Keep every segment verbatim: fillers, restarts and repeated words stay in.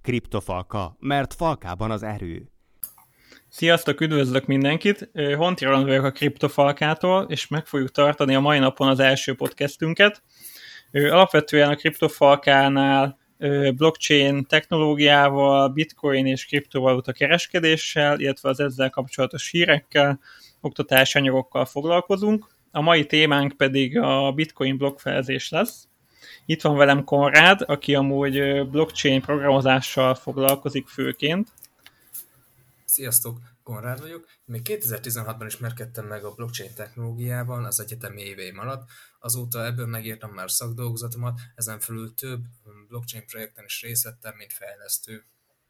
Kriptofalka, mert falkában az erő. Sziasztok, üdvözlök mindenkit! Honti Roland vagyok a Kriptofalkától, és meg fogjuk tartani a mai napon az első podcastünket. Alapvetően a Kriptofalkánál blockchain technológiával, bitcoin és kriptovaluta kereskedéssel, illetve az ezzel kapcsolatos hírekkel, oktatási anyagokkal foglalkozunk. A mai témánk pedig a bitcoin blokkfelezés lesz. Itt van velem Konrád, aki amúgy blockchain programozással foglalkozik főként. Sziasztok, Konrád vagyok. Még kétezer-tizenhatban ismerkedtem meg a blockchain technológiában az egyetemi éveim alatt. Azóta ebből megírtam már szakdolgozatomat, ezen felül több blockchain projekten is részt vettem, mint fejlesztő.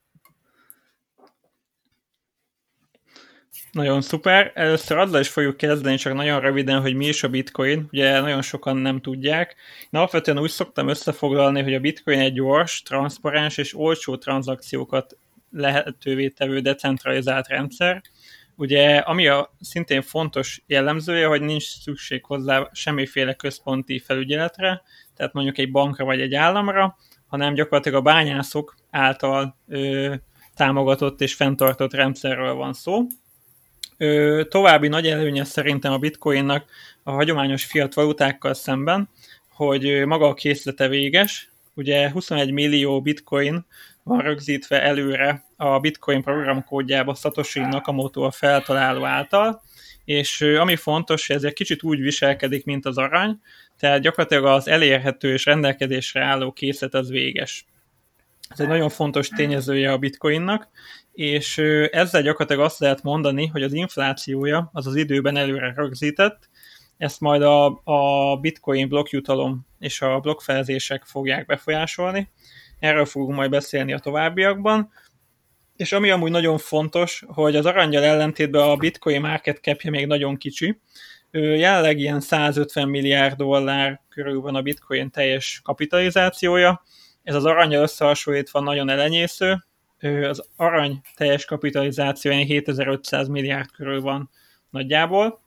Nagyon szuper. Először azzal is fogjuk kezdeni, csak nagyon röviden, hogy mi is a bitcoin. Ugye nagyon sokan nem tudják. Én alapvetően úgy szoktam összefoglalni, hogy a bitcoin egy gyors, transzparens és olcsó tranzakciókat lehetővé tevő decentralizált rendszer. Ugye, ami a szintén fontos jellemzője, hogy nincs szükség hozzá semmiféle központi felügyeletre, tehát mondjuk egy bankra vagy egy államra, hanem gyakorlatilag a bányászok által ö, támogatott és fenntartott rendszerről van szó. Ö, további nagy előnye szerintem a bitcoinnak a hagyományos fiat valutákkal szemben, hogy maga a készlete véges. Ugye huszonegy millió bitcoin van rögzítve előre a bitcoin programkódjába Satoshi Nakamoto a feltaláló által, és ami fontos, hogy ez egy kicsit úgy viselkedik, mint az arany, tehát gyakorlatilag az elérhető és rendelkezésre álló készlet az véges. Ez egy nagyon fontos tényezője a bitcoinnak, és ezzel gyakorlatilag azt lehet mondani, hogy az inflációja az az időben előre rögzített, ezt majd a, a bitcoin blokkjutalom és a blokkfelezések fogják befolyásolni. Erről fogunk majd beszélni a továbbiakban. És ami amúgy nagyon fontos, hogy az arannyal ellentétben a bitcoin market capje még nagyon kicsi. Jelenleg ilyen százötven milliárd dollár körül van a bitcoin teljes kapitalizációja. Ez az arannyal összehasonlítva nagyon elenyésző. Az arany teljes kapitalizációja hétezer-ötszáz milliárd körül van nagyjából.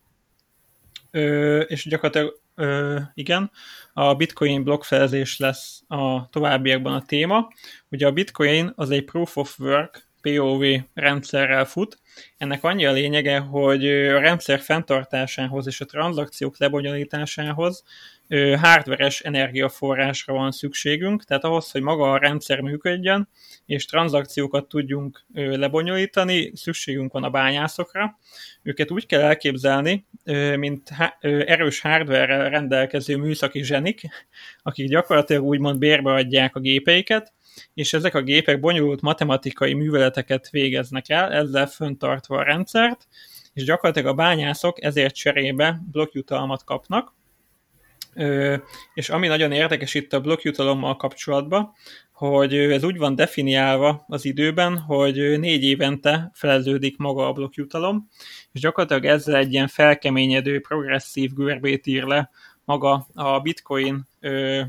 És gyakorlatilag Ö, igen, a bitcoin blokkfelezés lesz a továbbiakban a téma. Ugye a bitcoin az egy proof of work, pé o vé rendszerrel fut. Ennek annyi a lényege, hogy a rendszer fenntartásához és a tranzakciók lebonyolításához hardveres energiaforrásra van szükségünk, tehát ahhoz, hogy maga a rendszer működjön, és tranzakciókat tudjunk lebonyolítani, szükségünk van a bányászokra. Őket úgy kell elképzelni, mint erős hardware-rel rendelkező műszaki zsenik, akik gyakorlatilag úgymond bérbe adják a gépeiket, és ezek a gépek bonyolult matematikai műveleteket végeznek el, ezzel föntartva a rendszert, és gyakorlatilag a bányászok ezért cserébe blokkjutalmat kapnak. Ö, és ami nagyon érdekes itt a blokkjutalommal kapcsolatban, hogy ez úgy van definiálva az időben, hogy négy évente feleződik maga a blokkjutalom, és gyakorlatilag ezzel egy ilyen felkeményedő, progresszív görbét ír le maga a bitcoin ö,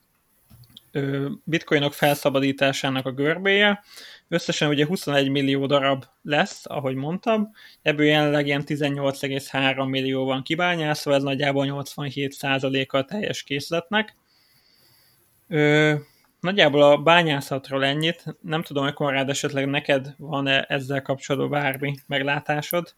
ö, bitcoinok felszabadításának a görbéje. Összesen ugye huszonegy millió darab lesz, ahogy mondtam, ebből jelenleg ilyen tizennyolc egész három millió van kibányászva, ez nagyjából nyolcvanhét százaléka a teljes készletnek. Ö, nagyjából a bányászatról ennyit, nem tudom, hogy Konrád, esetleg neked van-e ezzel kapcsolatban bármi meglátásod?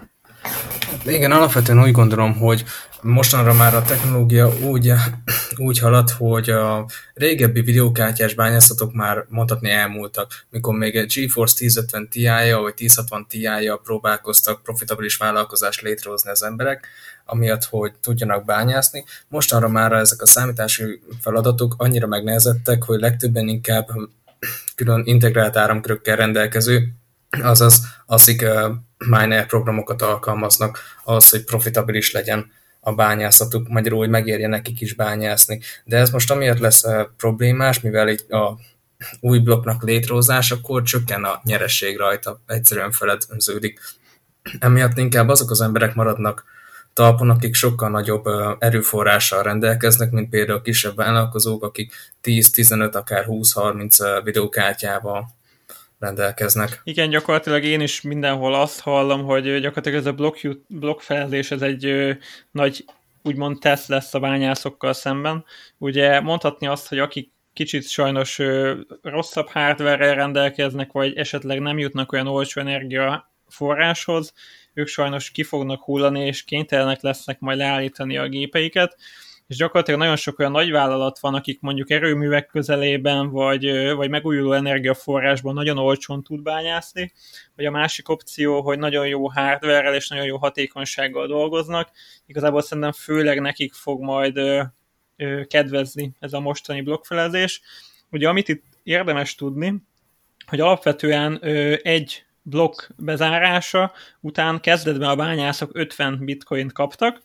Igen, alapvetően úgy gondolom, hogy mostanra már a technológia úgy, úgy halad, hogy a régebbi videókártyás bányászatok már mondhatni elmúltak, mikor még egy GeForce tízszázötven Ti-ja vagy tízszázhatvan Ti-ja próbálkoztak profitabilis vállalkozást létrehozni az emberek, amiatt, hogy tudjanak bányászni. Mostanra már ezek a számítási feladatok annyira megnehezettek, hogy legtöbben inkább külön integrált áramkörökkel rendelkező, azaz ASIC miner programokat alkalmaznak ahhoz, hogy profitabilis legyen a bányászatuk, magyarul, hogy megérje nekik is bányászni. De ez most amiatt lesz problémás, mivel itt a új blokknak létrehozásakor csökken a nyeresség rajta, egyszerűen feledődik. Emiatt inkább azok az emberek maradnak talpon, akik sokkal nagyobb erőforrással rendelkeznek, mint például kisebb vállalkozók, akik tíz-tizenöt, akár húsz-harminc videókártyával rendelkeznek. Igen, gyakorlatilag én is mindenhol azt hallom, hogy gyakorlatilag ez a blokk, blokkfelezés, ez egy ö, nagy úgymond teszt lesz a bányászokkal szemben. Ugye mondhatni azt, hogy akik kicsit sajnos rosszabb hardware-rel rendelkeznek, vagy esetleg nem jutnak olyan olcsó energiaforráshoz, ők sajnos ki fognak hullani, és kénytelenek lesznek majd leállítani a gépeiket, és gyakorlatilag nagyon sok olyan nagyvállalat van, akik mondjuk erőművek közelében, vagy, vagy megújuló energiaforrásban nagyon olcsón tud bányászni, vagy a másik opció, hogy nagyon jó hardware-rel és nagyon jó hatékonysággal dolgoznak, igazából szerintem főleg nekik fog majd ö, ö, kedvezni ez a mostani blokkfelezés. Ugye amit itt érdemes tudni, hogy alapvetően ö, egy blokk bezárása után kezdetben a bányászok ötven bitcoint kaptak.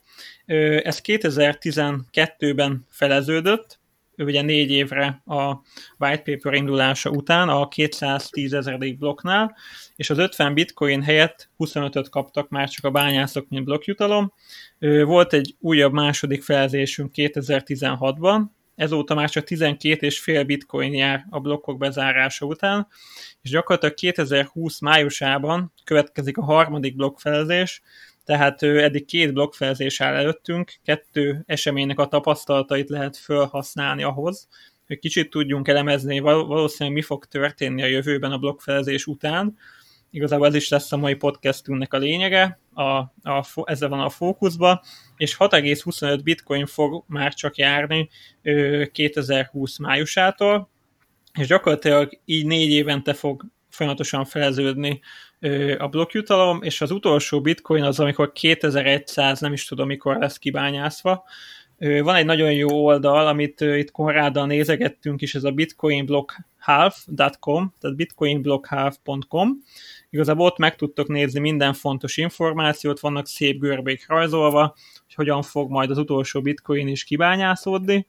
Ez kétezer-tizenkettőben feleződött, ugye négy évre a white paper indulása után a kétszáztízezeredik blokknál, és az ötven bitcoin helyett huszonötöt kaptak már csak a bányászok, mint blokkjutalom. Volt egy újabb második felezésünk kétezer-tizenhatban, ezóta már csak tizenkét egész öt bitcoin jár a blokkok bezárása után, és gyakorlatilag kétezer-húsz májusában következik a harmadik blokkfelezés, tehát eddig két blokkfelezés áll előttünk, kettő eseménynek a tapasztalatait lehet felhasználni ahhoz, hogy kicsit tudjunk elemezni, valószínűleg mi fog történni a jövőben a blokkfelezés után. Igazából ez is lesz a mai podcastünknek a lényege, a, a, ezzel van a fókuszban, és hat egész huszonöt bitcoin fog már csak járni kétezer-húsz májusától, és gyakorlatilag így négy évente fog folyamatosan feleződni a blokkjutalom, és az utolsó bitcoin az, amikor kétezer-száz, nem is tudom mikor lesz kibányászva. Van egy nagyon jó oldal, amit itt Konráddal nézegettünk is, ez a bitcoinblockhalf dot com, tehát bitcoinblockhalf pont com. Igazából ott meg tudtok nézni minden fontos információt, vannak szép görbék rajzolva, hogy hogyan fog majd az utolsó bitcoin is kibányászódni,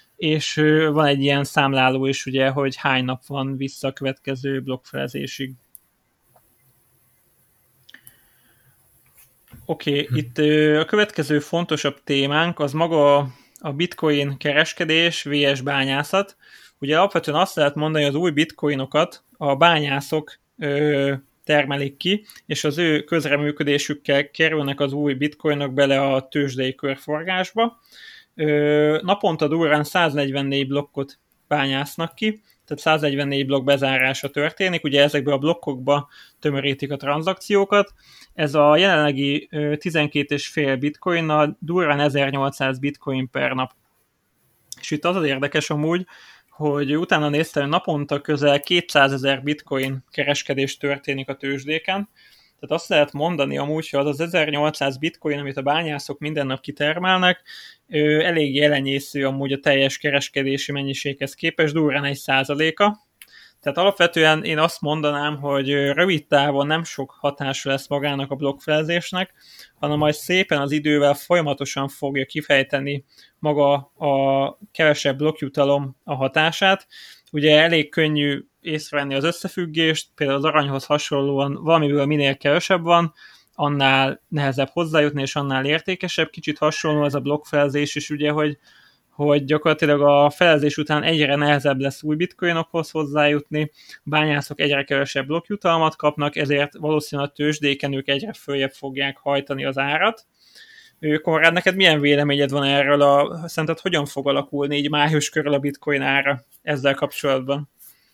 és van egy ilyen számláló is, ugye, hogy hány nap van vissza a következő blokkfelezésig. Oké, okay, hm. itt a következő fontosabb témánk az maga a bitcoin kereskedés versus bányászat. Ugye alapvetően azt lehet mondani, hogy az új bitcoinokat a bányászok ö, termelik ki, és az ő közreműködésükkel kerülnek az új bitcoinok bele a tőzsdei körforgásba. Ö, naponta durván száznegyvennégy blokkot bányásznak ki, tehát száznegyvennégy blokk bezárása történik, ugye ezekből a blokkokba tömörítik a tranzakciókat. Ez a jelenlegi tizenkét egész öt bitcoinnal durván ezernyolcszáz bitcoin per nap. És itt az az érdekes amúgy, hogy utána néztem, hogy naponta közel kétszázezer bitcoin kereskedés történik a tőzsdéken. Tehát azt lehet mondani amúgy, hogy az az ezernyolcszáz bitcoin, amit a bányászok minden nap kitermelnek, elég elenyésző amúgy a teljes kereskedési mennyiséghez képest, durván egy százaléka. Tehát alapvetően én azt mondanám, hogy rövid távon nem sok hatása lesz magának a blokkfelezésnek, hanem majd szépen az idővel folyamatosan fogja kifejteni maga a kevesebb blokkjutalom a hatását. Ugye elég könnyű észrevenni az összefüggést, például az aranyhoz hasonlóan valamiből minél kevesebb van, annál nehezebb hozzájutni, és annál értékesebb. Kicsit hasonló ez a blokkfelezés is, ugye, hogy hogy gyakorlatilag a felezés után egyre nehezebb lesz új bitcoinokhoz hozzájutni, bányászok egyre kevesebb blokkjutalmat kapnak, ezért valószínűleg a tőzsdéken ők egyre följebb fogják hajtani az árat. Konrád, neked milyen véleményed van erről? A, szerinted hogyan fog alakulni így május körül a bitcoin ára ezzel kapcsolatban?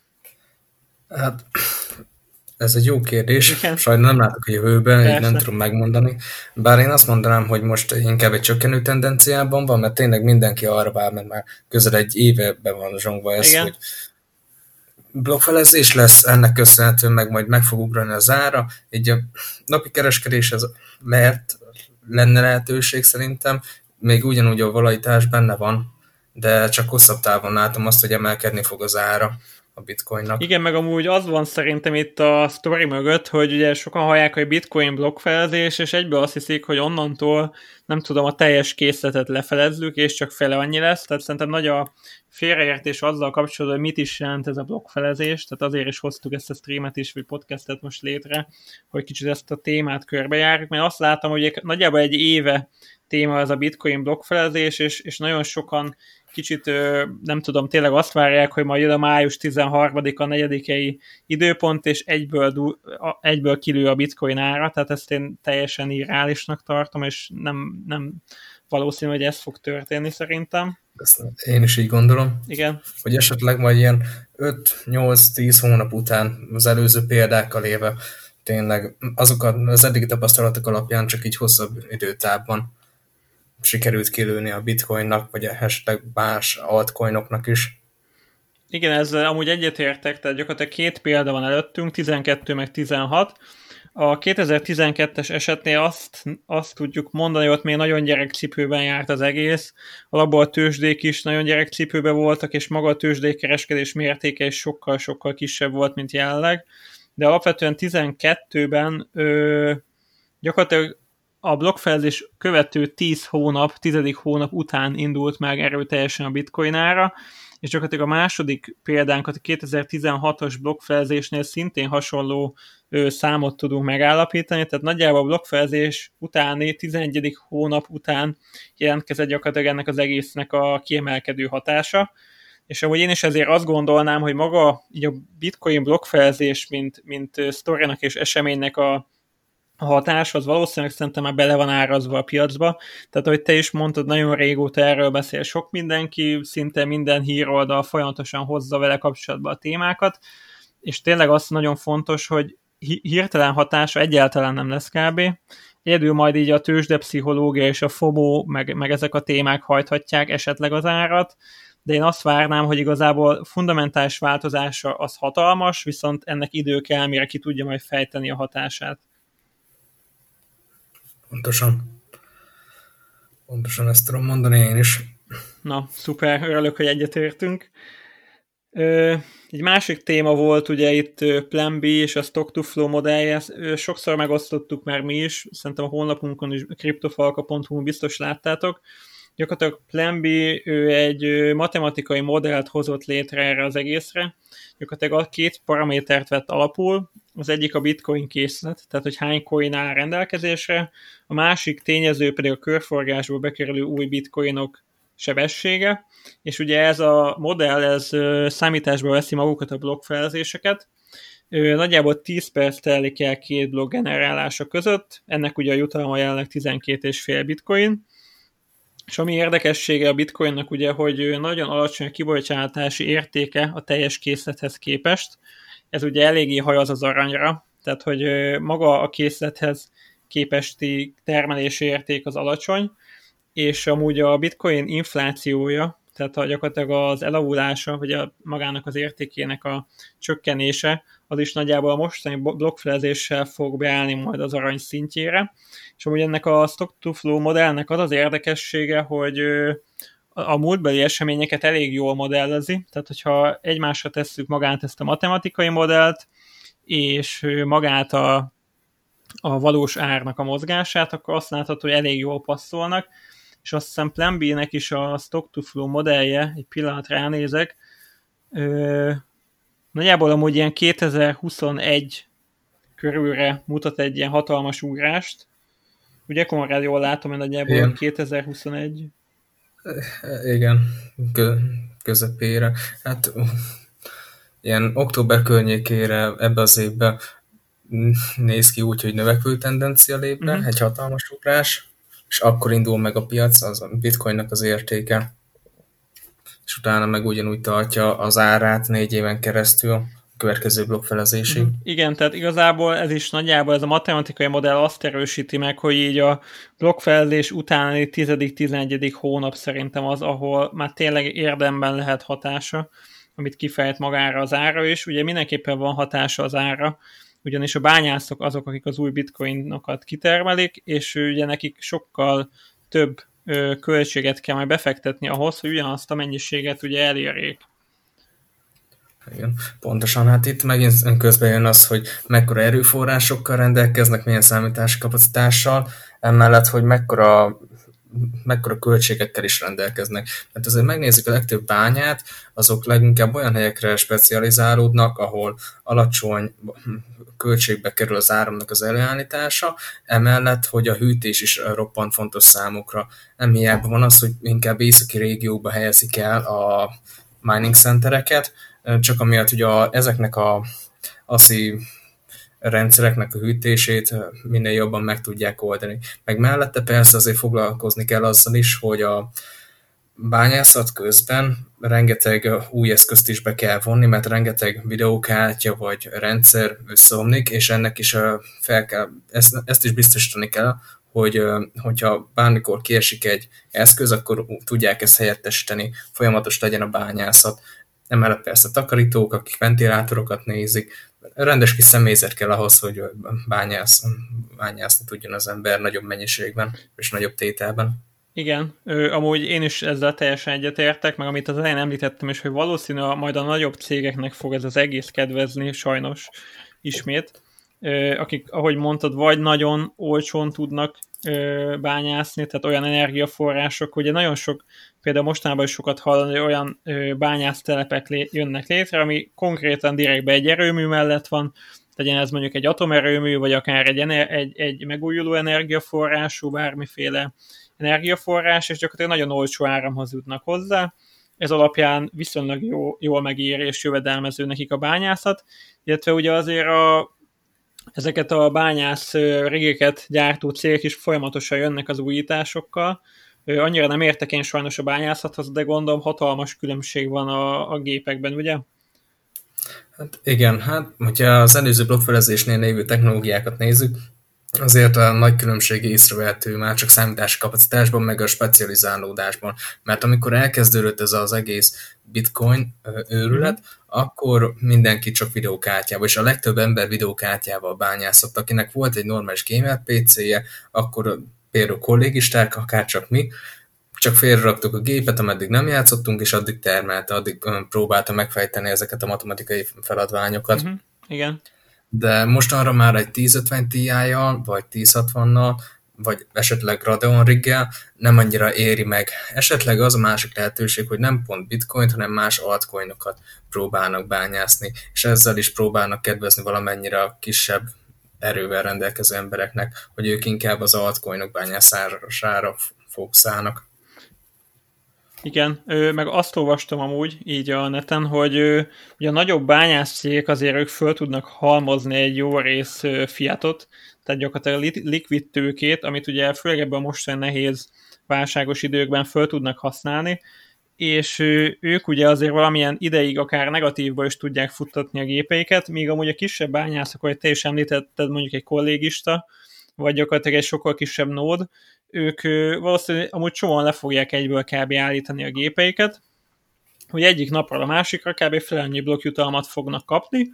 Hát, ez egy jó kérdés. Igen. Sajnos nem látok a jövőben, így nem tudom megmondani. Bár én azt mondanám, hogy most inkább egy csökkenő tendenciában van, mert tényleg mindenki arra vár, mert már közel egy éve be van zsongva ez, igen, hogy blokkfelezés lesz, ennek köszönhetően meg majd meg fog ugrani az ára. Így a napi kereskedéshez lehet, lenne lehetőség szerintem, még ugyanúgy a volatilitás benne van, de csak hosszabb távon látom azt, hogy emelkedni fog az ára a bitcoinnak. Igen, meg amúgy az van szerintem itt a sztori mögött, hogy ugye sokan hallják, hogy bitcoin blokkfelezés, és egyből azt hiszik, hogy onnantól nem tudom, a teljes készletet lefelezzük, és csak fele annyi lesz, tehát szerintem nagy a félreértés azzal kapcsolatban, hogy mit is jelent ez a blokkfelezés, tehát azért is hoztuk ezt a streamet is, vagy podcastet most létre, hogy kicsit ezt a témát körbejárjuk, mert azt látom, hogy nagyjából egy éve téma ez a bitcoin blokkfelezés, és, és nagyon sokan kicsit, nem tudom, tényleg azt várják, hogy majd jön a május tizenharmadika, negyedikei időpont, és egyből, egyből kilő a bitcoin ára, tehát ezt én teljesen irreálisnak tartom, és nem, nem valószínű, hogy ez fog történni szerintem. Ezt én is így gondolom. Igen. Hogy esetleg majd ilyen öt nyolc tíz hónap után az előző példákkal éve tényleg azokat az eddigi tapasztalatok alapján csak így hosszabb időtávban sikerült kilőni a bitcoinnak, vagy esetleg más altcoinoknak is. Igen, ezzel amúgy egyetértek, tehát gyakorlatilag két példa van előttünk, tizenkettő meg tizenhat. A kétezer-tizenkettes esetnél azt, azt tudjuk mondani, hogy ott még nagyon gyerekcipőben járt az egész. Alapból a tőzsdék is nagyon gyerekcipőben voltak, és maga a tőzsdékkereskedés mértéke is sokkal-sokkal kisebb volt, mint jelenleg. De alapvetően tizenkettőben ö, gyakorlatilag a blokkfelezés követő tíz hónap, tizedik hónap után indult meg erőteljesen a bitcoin ára, és gyakorlatilag a második példánkat a kétezer-tizenhatos blokkfelezésnél szintén hasonló ö, számot tudunk megállapítani, tehát nagyjából a blokkfelezés utáni tizenegyedik hónap után jelentkezett gyakorlatilag ennek az egésznek a kiemelkedő hatása, és amúgy én is ezért azt gondolnám, hogy maga így a bitcoin blokkfelezés, mint, mint sztorinak és eseménynek a a hatás, az valószínűleg szerintem már bele van árazva a piacba. Tehát, ahogy te is mondtad, nagyon régóta erről beszél sok mindenki, szinte minden híroldal folyamatosan hozza vele kapcsolatba a témákat, és tényleg az nagyon fontos, hogy hirtelen hatása egyáltalán nem lesz kb. Egyedül majd így a tőzsdepszichológia és a FOMO, meg, meg ezek a témák hajthatják esetleg az árat, de én azt várnám, hogy igazából fundamentális változása az hatalmas, viszont ennek idő kell, mire ki tudja majd fejteni a hatását. Pontosan. Pontosan ezt tudom mondani én is. Na, szuper, örülök, hogy egyetértünk. Egy másik téma volt ugye itt Plan B és a Stock to Flow modellje. Sokszor megosztottuk már mi is, szerintem a honlapunkon is, kriptofalka pont hu biztos láttátok. Gyakorlatilag Plan B ő egy matematikai modellt hozott létre erre az egészre. Gyakorlatilag a két paramétert vett alapul. Az egyik a bitcoin készlet, tehát hogy hány coin áll rendelkezésre, a másik tényező pedig a körforgásból bekerülő új bitcoinok sebessége, és ugye ez a modell, ez számításba veszi magukat a blokkfelezéseket. Nagyjából tíz perc telik el két blokk generálása között, ennek ugye a jutalma jelenleg tizenkét egész öt bitcoin, és ami érdekessége a bitcoinnak ugye, hogy nagyon alacsony a kibocsátási értéke a teljes készlethez képest. Ez ugye eléggé hajaz az aranyra, tehát hogy maga a készlethez képesti termelési érték az alacsony, és amúgy a bitcoin inflációja, tehát a gyakorlatilag az elavulása, vagy a magának az értékének a csökkenése, az is nagyjából a mostani blokkfelezéssel fog beállni majd az arany szintjére. És amúgy ennek a Stock to Flow modellnek az az érdekessége, hogy a múltbeli eseményeket elég jól modellezi, tehát hogyha egymásra tesszük magát ezt a matematikai modellt, és magát a, a valós árnak a mozgását, akkor azt látható, hogy elég jól passzolnak, és azt hiszem Plan B-nek is a Stock to Flow modellje, egy pillanat ránézek, ö, nagyjából amúgy ilyen kétezer-huszonegy körülre mutat egy ilyen hatalmas ugrást. Ugye, Konrád, jól látom, hogy nagyjából igen. kétezer-huszonegy. Igen, Kö- közepére. Hát ilyen október környékére ebbe az évben néz ki úgy, hogy növekvő tendencia lép be, uh-huh. egy hatalmas ugrás, és akkor indul meg a piac, az a bitcoinnak az értéke, és utána meg ugyanúgy tartja az árát négy éven keresztül a következő blokkfelezésig. Uh-huh. Igen, tehát igazából ez is nagyjából ez a matematikai modell azt erősíti meg, hogy így a blokkfelezés utáni tizedik-tizenegyedik hónap szerintem az, ahol már tényleg érdemben lehet hatása, amit kifejt magára az ára is. Ugye mindenképpen van hatása az ára, ugyanis a bányászok azok, akik az új bitcoinokat kitermelik, és ugye nekik sokkal több ö, költséget kell majd befektetni ahhoz, hogy ugyanazt a mennyiséget ugye elérjék. Igen, pontosan. Hát itt megint közben jön az, hogy mekkora erőforrásokkal rendelkeznek, milyen számítási kapacitással, emellett, hogy mekkora, mekkora költségekkel is rendelkeznek. Hát azért megnézzük a legtöbb bányát, azok leginkább olyan helyekre specializálódnak, ahol alacsony költségbe kerül az áramnak az előállítása, emellett, hogy a hűtés is roppant fontos számukra. Nem hiába van az, hogy inkább északi régióba helyezik el a mining centereket, csak amiatt, hogy a, ezeknek a aszi rendszereknek a hűtését minél jobban meg tudják oldani. Meg mellette persze azért foglalkozni kell azzal is, hogy a bányászat közben rengeteg új eszközt is be kell vonni, mert rengeteg videókártya vagy rendszer összeomlik, és ennek is fel kell, ezt, ezt is biztosítani kell, hogy hogyha bármikor kiesik egy eszköz, akkor tudják ezt helyettesíteni, folyamatos legyen a bányászat. Emellett persze takarítók, akik ventilátorokat nézik, rendes kis személyzet kell ahhoz, hogy bányász, bányászni tudjon az ember nagyobb mennyiségben és nagyobb tételben. Igen, ö, amúgy én is ezzel teljesen egyetértek, meg amit az elején említettem is, hogy valószínű majd a nagyobb cégeknek fog ez az egész kedvezni, sajnos ismét, ö, akik, ahogy mondtad, vagy nagyon olcsón tudnak ö, bányászni, tehát olyan energiaforrások, ugye nagyon sok, például mostanában is sokat hallani, hogy olyan ö, bányásztelepek lé, jönnek létre, ami konkrétan direktbe egy erőmű mellett van, legyen ez mondjuk egy atomerőmű, vagy akár egy, egy, egy megújuló energiaforrású, bármiféle energiaforrás, és gyakorlatilag nagyon olcsó áramhoz jutnak hozzá. Ez alapján viszonylag jó, jól megér és jövedelmező nekik a bányászat, illetve ugye azért a, ezeket a bányász rigeket gyártó cégek is folyamatosan jönnek az újításokkal. Annyira nem értek én sajnos a bányászathoz, de gondolom hatalmas különbség van a, a gépekben, ugye? Hát igen, hát hogyha az előző blokkfelezésnél lévő technológiákat nézzük, azért a nagy különbség észrevehető már csak számítási kapacitásban, meg a specializálódásban. Mert amikor elkezdődött ez az egész bitcoin őrület, akkor mindenki csak videókártyával, és a legtöbb ember videókártyával bányászott, akinek volt egy normális gamer pé cé-je, akkor például kollégisták, akár csak mi, csak félreraktuk a gépet, ameddig nem játszottunk, és addig termelte, addig próbálta megfejteni ezeket a matematikai feladványokat. Uh-huh. Igen. De mostanra már egy tíz ötven Ti-jal, vagy tíz hatvannal, vagy esetleg Radeon riggel nem annyira éri meg. Esetleg az a másik lehetőség, hogy nem pont bitcoint, hanem más altcoinokat próbálnak bányászni, és ezzel is próbálnak kedvezni valamennyire a kisebb erővel rendelkező embereknek, hogy ők inkább az altcoinok bányászására fókuszálnak. Igen, meg azt olvastam amúgy így a neten, hogy ugye a nagyobb bányászcégek azért ők föl tudnak halmozni egy jó rész fiatot, tehát gyakorlatilag likvid tőkét, amit ugye főleg ebben a mostani nehéz válságos időkben föl tudnak használni, és ők ugye azért valamilyen ideig akár negatívba is tudják futtatni a gépeiket, míg amúgy a kisebb bányászok, ahogy te is említetted, mondjuk egy kollégista, vagy gyakorlatilag egy sokkal kisebb nód, ők valószínűleg amúgy csomóan le fogják egyből kb. Állítani a gépeiket, hogy egyik napról a másikra kb. Fel annyi blokkjutalmat fognak kapni,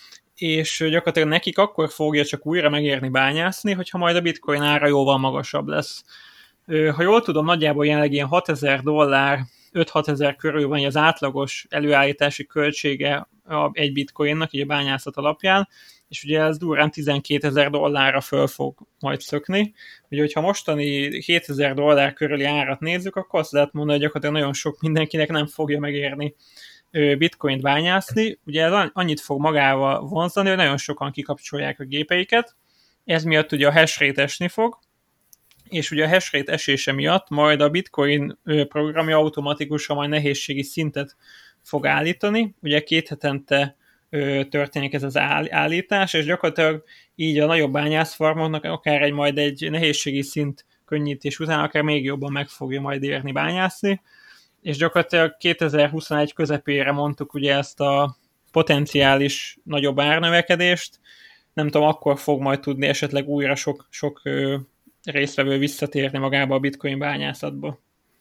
és gyakorlatilag nekik akkor fogja csak újra megérni bányászni, hogyha majd a bitcoin ára jóval magasabb lesz. Ha jól tudom, nagyjából jelenleg ilyen hatezer dollár, öt-hat ezer körül van az átlagos előállítási költsége egy bitcoinnak, így a bányászat alapján, és ugye ez durrán tizenkétezer dollárra föl fog majd szökni. Ugye, hogyha mostani hétezer dollár körüli árat nézzük, akkor azt lehet mondani, hogy gyakorlatilag nagyon sok mindenkinek nem fogja megérni bitcoint bányászni. Ugye ez annyit fog magával vonzani, hogy nagyon sokan kikapcsolják a gépeiket, ez miatt ugye a hash rate esni fog, és ugye a hash rate esése miatt majd a bitcoin programja automatikusan majd nehézségi szintet fog állítani. Ugye két hetente történik ez az állítás, és gyakorlatilag így a nagyobb bányászfarmoknak akár egy majd egy nehézségi szint könnyítés után akár még jobban meg fogja majd érni bányászni, és gyakorlatilag kétezer-huszonegy közepére mondtuk ugye ezt a potenciális nagyobb árnövekedést, nem tudom, akkor fog majd tudni esetleg újra sok, sok résztvevő visszatérni magába a bitcoin bányászatba.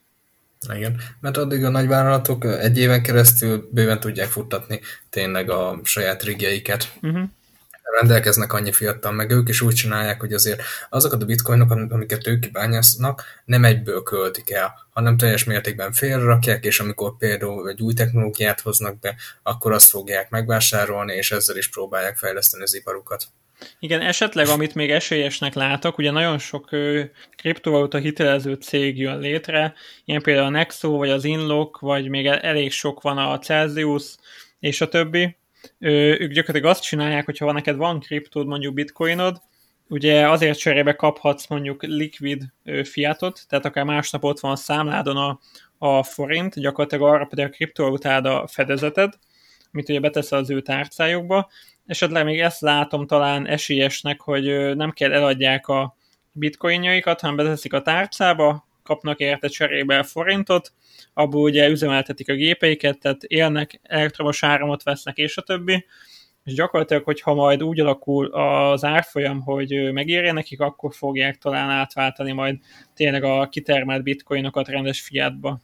Igen, mert addig a nagyvállalatok egy éven keresztül bőven tudják futtatni tényleg a saját rigjeiket. Uh-huh. Rendelkeznek annyi fiatal, meg ők is úgy csinálják, hogy azért azokat a bitcoinok, amiket ők kibányásznak, nem egyből költik el, hanem teljes mértékben félrerakják, és amikor például egy új technológiát hoznak be, akkor azt fogják megvásárolni, és ezzel is próbálják fejleszteni az iparukat. Igen, esetleg amit még esélyesnek látok, ugye nagyon sok ö, kriptovaluta hitelező cég jön létre, ilyen például a Nexo, vagy az Inlock, vagy még elég sok van a Celsius, és a többi. Ö, ők gyakorlatilag azt csinálják, hogyha van neked van kriptód, mondjuk bitcoinod, ugye azért cserébe kaphatsz mondjuk likvid ö, fiatot, tehát akár másnap ott van a számládon a, a forint, gyakorlatilag arra pedig a kriptovalutád a fedezeted, amit ugye beteszel az ő tárcájukba, esetleg még ezt látom talán esélyesnek, hogy nem kell eladják a bitcoinjaikat, hanem beteszik a tárcába, kapnak érte cserébe forintot, abból ugye üzemeltetik a gépeiket, tehát élnek, elektromos áramot vesznek, és a többi, és gyakorlatilag, hogyha majd úgy alakul az árfolyam, hogy megérje nekik, akkor fogják talán átváltani majd tényleg a kitermelt bitcoinokat rendes fiatba.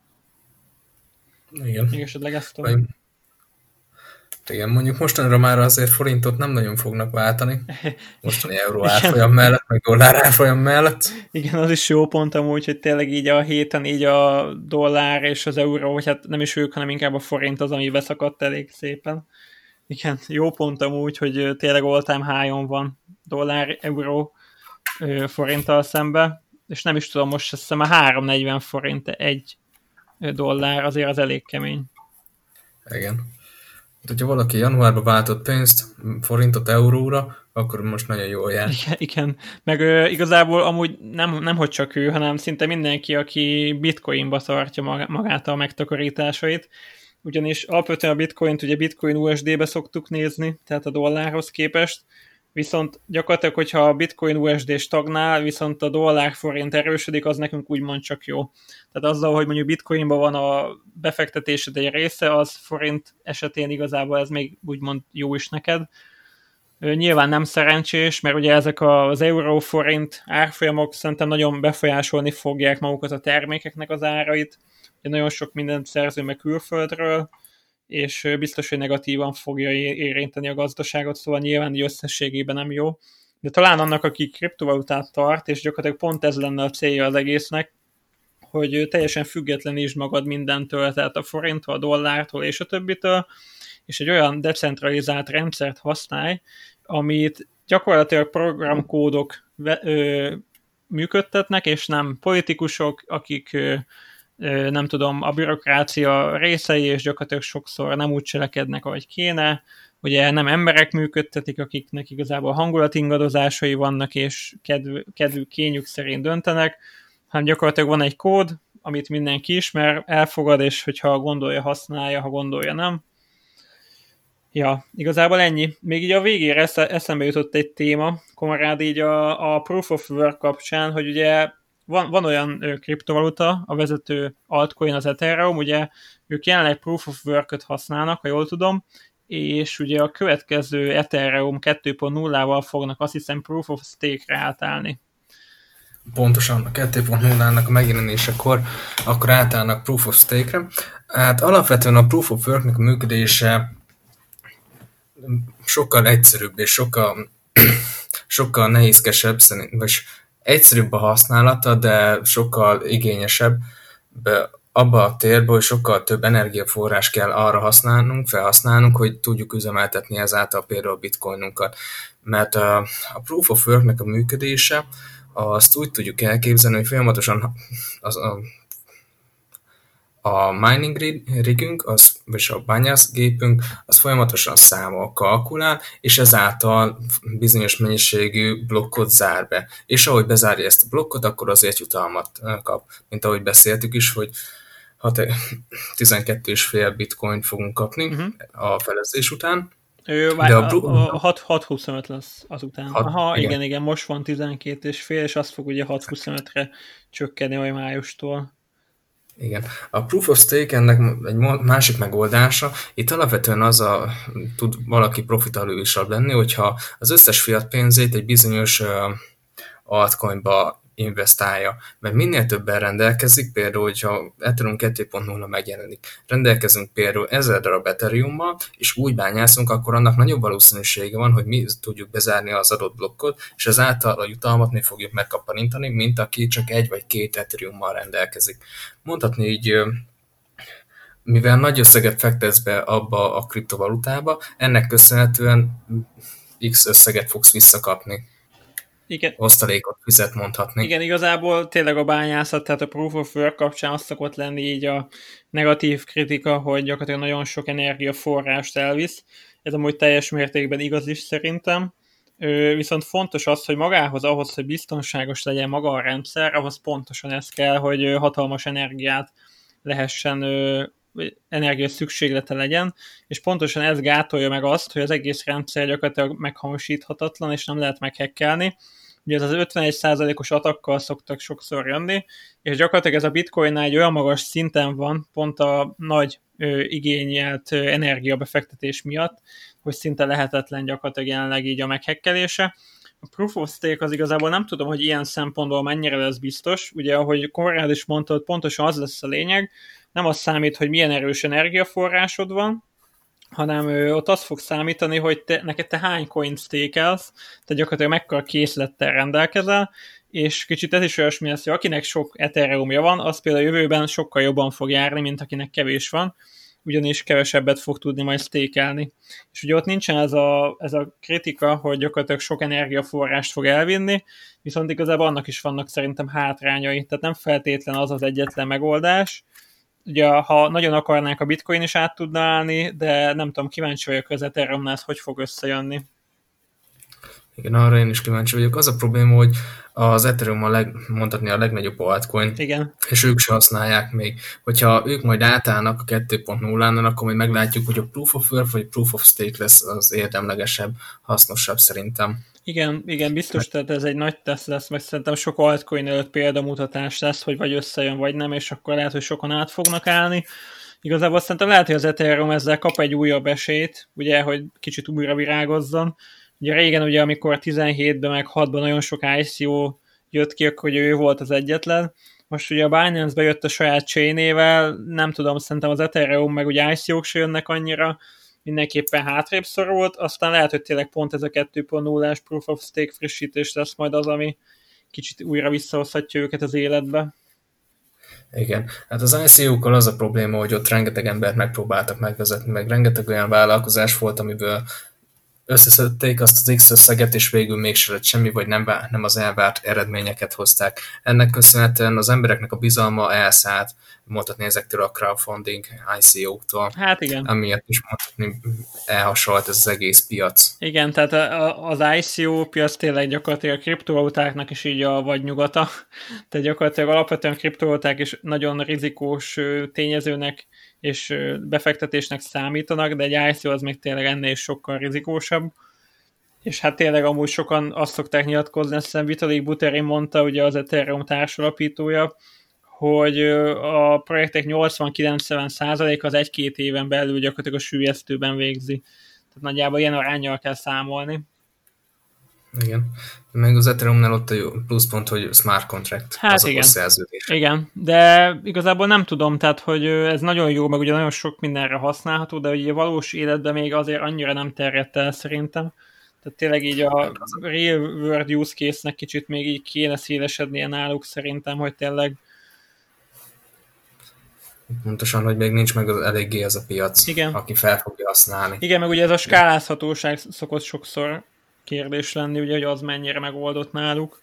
Igen. Még esetleg ezt tudom. Igen, mondjuk mostanra már azért forintot nem nagyon fognak váltani. Mostani euró árfolyam mellett, meg dollár árfolyam mellett. Igen, az is jó pont amúgy, hogy tényleg így a héten így a dollár és az euró, vagy hát nem is ők, hanem inkább a forint az, ami beszakadt elég szépen. Igen, jó pont amúgy, hogy tényleg all-time high-on van dollár, euró forinttal szembe, és nem is tudom, most azt hiszem a háromszáznegyven forint egy dollár, azért az elég kemény. Igen. Hát, hogyha valaki januárban váltott pénzt, forintot euróra, akkor most nagyon jól jár. Igen, igen. Meg ö, igazából amúgy nem, nem hogy csak ő, hanem szinte mindenki, aki bitcoinba tartja magát a megtakarításait, ugyanis alapvetően a bitcoint ugye bitcoin u es dé-be szoktuk nézni, tehát a dollárhoz képest, viszont gyakorlatilag, hogyha a bitcoin u es dé stagnál, viszont a dollár forint erősödik, az nekünk úgymond csak jó. Tehát azzal, hogy mondjuk bitcoinban van a befektetésed egy része, az forint esetén igazából ez még úgymond jó is neked. Nyilván nem szerencsés, mert ugye ezek az euró-forint árfolyamok szerintem nagyon befolyásolni fogják magukat a termékeknek az árait. Ugye nagyon sok mindent szerzünk meg külföldről, és biztos, hogy negatívan fogja érinteni a gazdaságot, szóval nyilván összességében nem jó. De talán annak, aki kriptovalutát tart, és gyakorlatilag pont ez lenne a célja az egésznek, hogy teljesen függetlenítsd magad mindentől, tehát a forinttól, a dollártól és a többitől, és egy olyan decentralizált rendszert használj, amit gyakorlatilag programkódok ö, működtetnek, és nem politikusok, akik ö, ö, nem tudom, a bürokrácia részei, és gyakorlatilag sokszor nem úgy cselekednek, ahogy kéne. Ugye nem emberek működtetik, akiknek igazából hangulatingadozásai vannak, és kedv, kedvük, kényük szerint döntenek, hanem gyakorlatilag van egy kód, amit mindenki ismer, elfogad, és hogyha gondolja, használja, ha gondolja, nem. Ja, igazából ennyi. Még így a végére eszembe jutott egy téma, Konrád, így a, a Proof of Work kapcsán, hogy ugye van, van olyan kriptovaluta, a vezető altcoin az Ethereum, ugye ők jelenleg Proof of Work-öt használnak, ha jól tudom, és ugye a következő Ethereum kettő pont nullával fognak azt hiszem Proof of Stake-re átállni. Pontosan a kettő pont nullának a megjelenésekor akkor átállnak Proof of Stake-re. Hát alapvetően a Proof of Work-nek a működése sokkal egyszerűbb és sokkal, sokkal nehézkesebb, vagy egyszerűbb a használata, de sokkal igényesebb abba a térben, hogy sokkal több energiaforrás kell arra használnunk, felhasználnunk, hogy tudjuk üzemeltetni ezáltal például a bitcoinunkat. Mert a, a Proof of Work-nek a működése azt úgy tudjuk elképzelni, hogy folyamatosan az, a, a mining rigünk, az, vagy a bányászgépünk, az folyamatosan számol, kalkulál, és ezáltal bizonyos mennyiségű blokkot zár be. És ahogy bezárja ezt a blokkot, akkor azért jutalmat kap. Mint ahogy beszéltük is, hogy tizenkettő egész öt bitcoin fogunk kapni uh-huh. a felezés után. Ő, de a, a, a hat huszonöt lesz azután. hat, Aha, igen. igen, igen, most van tizenkét és fél, és azt fog ugye hat huszonötre csökkenni olyan májustól. Igen. A Proof of Stake ennek egy másik megoldása, itt alapvetően az a, tud valaki profitalővisabb lenni, hogyha az összes fiat pénzét egy bizonyos uh, altcoinba investálja, mert minél többen rendelkezik, például, hogyha Ethereum kettő pont nulla megjelenik, rendelkezünk például ezer darab Ethereummal, és úgy bányászunk, akkor annak nagyobb valószínűsége van, hogy mi tudjuk bezárni az adott blokkot, és ezáltal a jutalmat mi fogjuk megkaparintani, mint aki csak egy vagy két Ethereummal rendelkezik. Mondhatni így, mivel nagy összeget fektetsz be abba a kriptovalutába, ennek köszönhetően X összeget fogsz visszakapni. Igen. Osztalékot fizet, mondhatni. Igen, igazából tényleg a bányászat, tehát a Proof of Work kapcsán azt szokott lenni így a negatív kritika, hogy gyakorlatilag nagyon sok energiaforrást elvisz. Ez amúgy teljes mértékben igaz is szerintem. Viszont fontos az, hogy magához, ahhoz, hogy biztonságos legyen maga a rendszer, ahhoz pontosan ez kell, hogy hatalmas energiát lehessen energia szükséglete legyen, és pontosan ez gátolja meg azt, hogy az egész rendszer gyakorlatilag meghamisíthatatlan, és nem lehet meghekkelni. Ugye ez az ötvenegy százalékos atakkal szoktak sokszor jönni, és gyakorlatilag ez a bitcoinnál egy olyan magas szinten van, pont a nagy ö, igényelt ö, energiabefektetés miatt, hogy szinte lehetetlen gyakorlatilag jelenleg így a meghekkelése. A Proof of Stake az igazából nem tudom, hogy ilyen szempontból mennyire lesz biztos. Ugye, ahogy Konrád is mondta, hogy pontosan az lesz a lényeg, nem az számít, hogy milyen erős energiaforrásod van, hanem ö, ott az fog számítani, hogy te, neked te hány coin stakelsz, tehát gyakorlatilag mekkora készlettel rendelkezel, és kicsit ez is olyasmi lesz, hogy akinek sok Ethereumja van, az például a jövőben sokkal jobban fog járni, mint akinek kevés van, ugyanis kevesebbet fog tudni majd stakelni. És ugye ott nincsen ez a, ez a kritika, hogy gyakorlatilag sok energiaforrást fog elvinni, viszont igazából annak is vannak szerintem hátrányai, tehát nem feltétlen az az egyetlen megoldás. Ugye, ha nagyon akarnánk, a bitcoin is át tudna állni, de nem tudom, kíváncsi vagyok az Ethereumnál, hogy fog összejönni. Igen, arra én is kíváncsi vagyok. Az a probléma, hogy az Ethereum a leg, mondhatni a legnagyobb altcoin, Igen. És ők se használják még. Hogyha ők majd átállnak a kettő pont nullánál, akkor majd meglátjuk, hogy a Proof of Work vagy Proof of Stake lesz az érdemlegesebb, hasznosabb szerintem. Igen, igen, biztos, tehát ez egy nagy teszt lesz, meg szerintem sok altcoin előtt példamutatás lesz, hogy vagy összejön, vagy nem, és akkor lehet, hogy sokan át fognak állni. Igazából szerintem lehet, hogy az Ethereum ezzel kap egy újabb esélyt, ugye, hogy kicsit újra virágozzon. Ugye régen, ugye, amikor tizenhétben meg hatban nagyon sok I C O jött ki, akkor ugye ő volt az egyetlen. Most ugye a Binance bejött a saját chain-ével, nem tudom, szerintem az Ethereum meg ugye I C O-k se jönnek annyira, mindenképpen hátrébb szorult, aztán lehet, hogy tényleg pont ez a kettő pont nullás Proof of Stake frissítés lesz majd az, ami kicsit újra visszahozhatja őket az életbe. Igen, hát az I C O-kkal az a probléma, hogy ott rengeteg embert megpróbáltak megvezetni, meg rengeteg olyan vállalkozás volt, amiből összeszedték azt az X összeget, és végül mégse lett semmi, vagy nem, nem az elvárt eredményeket hozták. Ennek köszönhetően az embereknek a bizalma elszállt, mondhatni ezektől a crowdfunding I C O-któl. Hát igen. Amiatt is mondhatni elhasonlt ez az egész piac. Igen, tehát az I C O piac tényleg gyakorlatilag a kriptovalutáknak is így a vagy nyugata. Tehát gyakorlatilag alapvetően kriptovaluták is nagyon rizikós tényezőnek és befektetésnek számítanak, de egy I C O az még tényleg ennél is sokkal rizikósabb. És hát tényleg amúgy sokan azt szokták nyilatkozni, azt hiszem Vitalik Buterin mondta, ugye az Ethereum társalapítója, hogy a projektek nyolcvan-kilencven százalék az egy-két éven belül gyakorlatilag a süllyesztőben végzi. Tehát nagyjából ilyen aránnyal kell számolni. Igen. Meg az Ethereumnál ott a pluszpont, hogy smart contract, hát az igen. a szerződés. Igen, de igazából nem tudom, tehát hogy ez nagyon jó, meg ugye nagyon sok mindenre használható, de ugye a valós életben még azért annyira nem terjedt el szerintem. Tehát tényleg így a real world use case-nek kicsit még így kéne szélesednie náluk szerintem, hogy tényleg Pontosan, hogy még nincs meg az eléggé ez a piac, igen. aki fel fogja használni. Igen, meg ugye ez a skálázhatóság szokott sokszor kérdés lenni, ugye, hogy az mennyire megoldott náluk.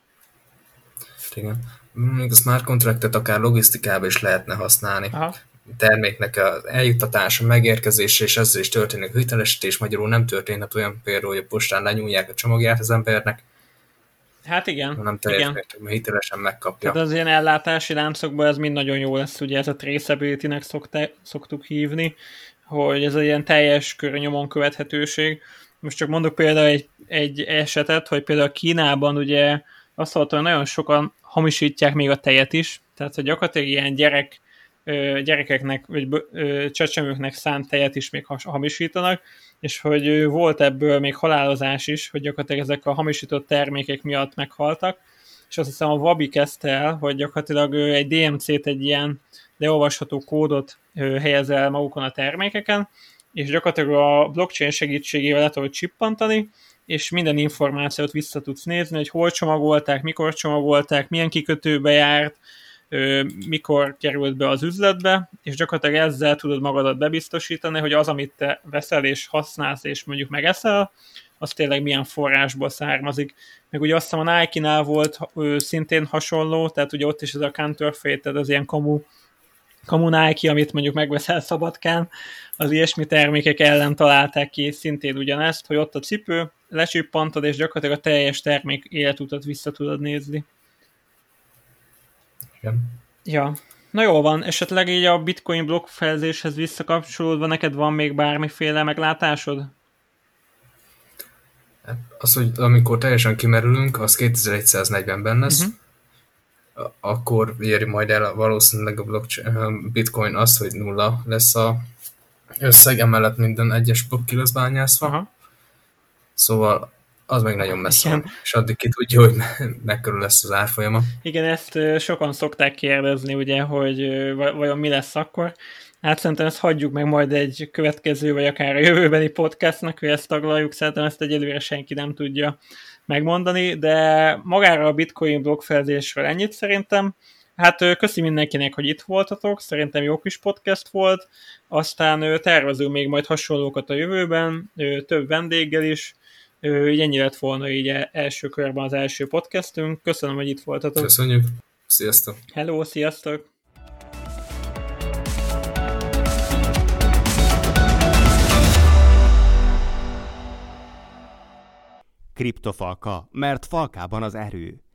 Igen. Még a smart contractet akár logisztikába is lehetne használni. Aha. Terméknek az eljuttatása, megérkezése, és ezzel is történik hitelesítés, magyarul nem történhet olyan például, hogy a postán lenyúlják a csomagját az embernek. Hát igen. Nem teljes mértékben hitelesen megkapja. Tehát az ilyen ellátási láncokban ez mind nagyon jó lesz, ugye ez a traceability-nek szokta, szoktuk hívni, hogy ez egy ilyen teljes körű nyomon követhetőség. Most csak mondok például egy, egy esetet, hogy például Kínában ugye azt hallottam, hogy nagyon sokan hamisítják még a tejet is, tehát hogy gyakorlatilag ilyen gyerek, gyerekeknek vagy csecsemőknek szánt tejet is még hamisítanak, és hogy volt ebből még halálozás is, hogy gyakorlatilag ezek a hamisított termékek miatt meghaltak, és azt hiszem a Wabi kezdte el, hogy gyakorlatilag egy D M C-t, egy ilyen leolvasható kódot helyez el magukon a termékeken, és gyakorlatilag a blockchain segítségével le tudod csippantani, és minden információt vissza tudsz nézni, hogy hol csomagolták, mikor csomagolták, milyen kikötőbe járt, mikor került be az üzletbe, és gyakorlatilag ezzel tudod magadat bebiztosítani, hogy az, amit te veszel és használsz, és mondjuk megeszel, az tényleg milyen forrásból származik. Meg ugye azt hiszem a Nike-nál volt szintén hasonló, tehát ugye ott is ez a counterfeit, tehát az ilyen kamu, kamu Nike, amit mondjuk megveszel Szabadkán, az ilyesmi termékek ellen találták ki szintén ugyanezt, hogy ott a cipő, lecsippantod, és gyakorlatilag a teljes termék életutat vissza tudod nézni. Igen. Ja, Na jól van, esetleg így a bitcoin blokkfelezéshez visszakapcsolódva neked van még bármiféle meglátásod? Az, hogy amikor teljesen kimerülünk, az kétezer-száznegyvenben lesz, uh-huh. Akkor éri majd el valószínűleg a blockchain, bitcoin azt, hogy nulla lesz a összeg, emellett minden egyes blokk ki lesz bányászva. Uh-huh. Szóval az meg nagyon messze van, és addig ki tudja, hogy mekkora lesz az árfolyama. Igen, ezt sokan szokták kérdezni, ugye, hogy vajon mi lesz akkor. Hát szerintem ezt hagyjuk meg majd egy következő, vagy akár a jövőbeni podcastnak, hogy ezt taglaljuk, szerintem ezt egyelőre senki nem tudja megmondani, de magára a bitcoin blokkfelezésről ennyit szerintem. Hát köszi mindenkinek, hogy itt voltatok, szerintem jó kis podcast volt, aztán tervezünk még majd hasonlókat a jövőben, több vendéggel is, így ennyi lett volna így első körben az első podcastünk. Köszönöm, hogy itt voltatok. Köszönjük. Sziasztok. Hello, sziasztok. Kriptofalka, mert falkában az erő.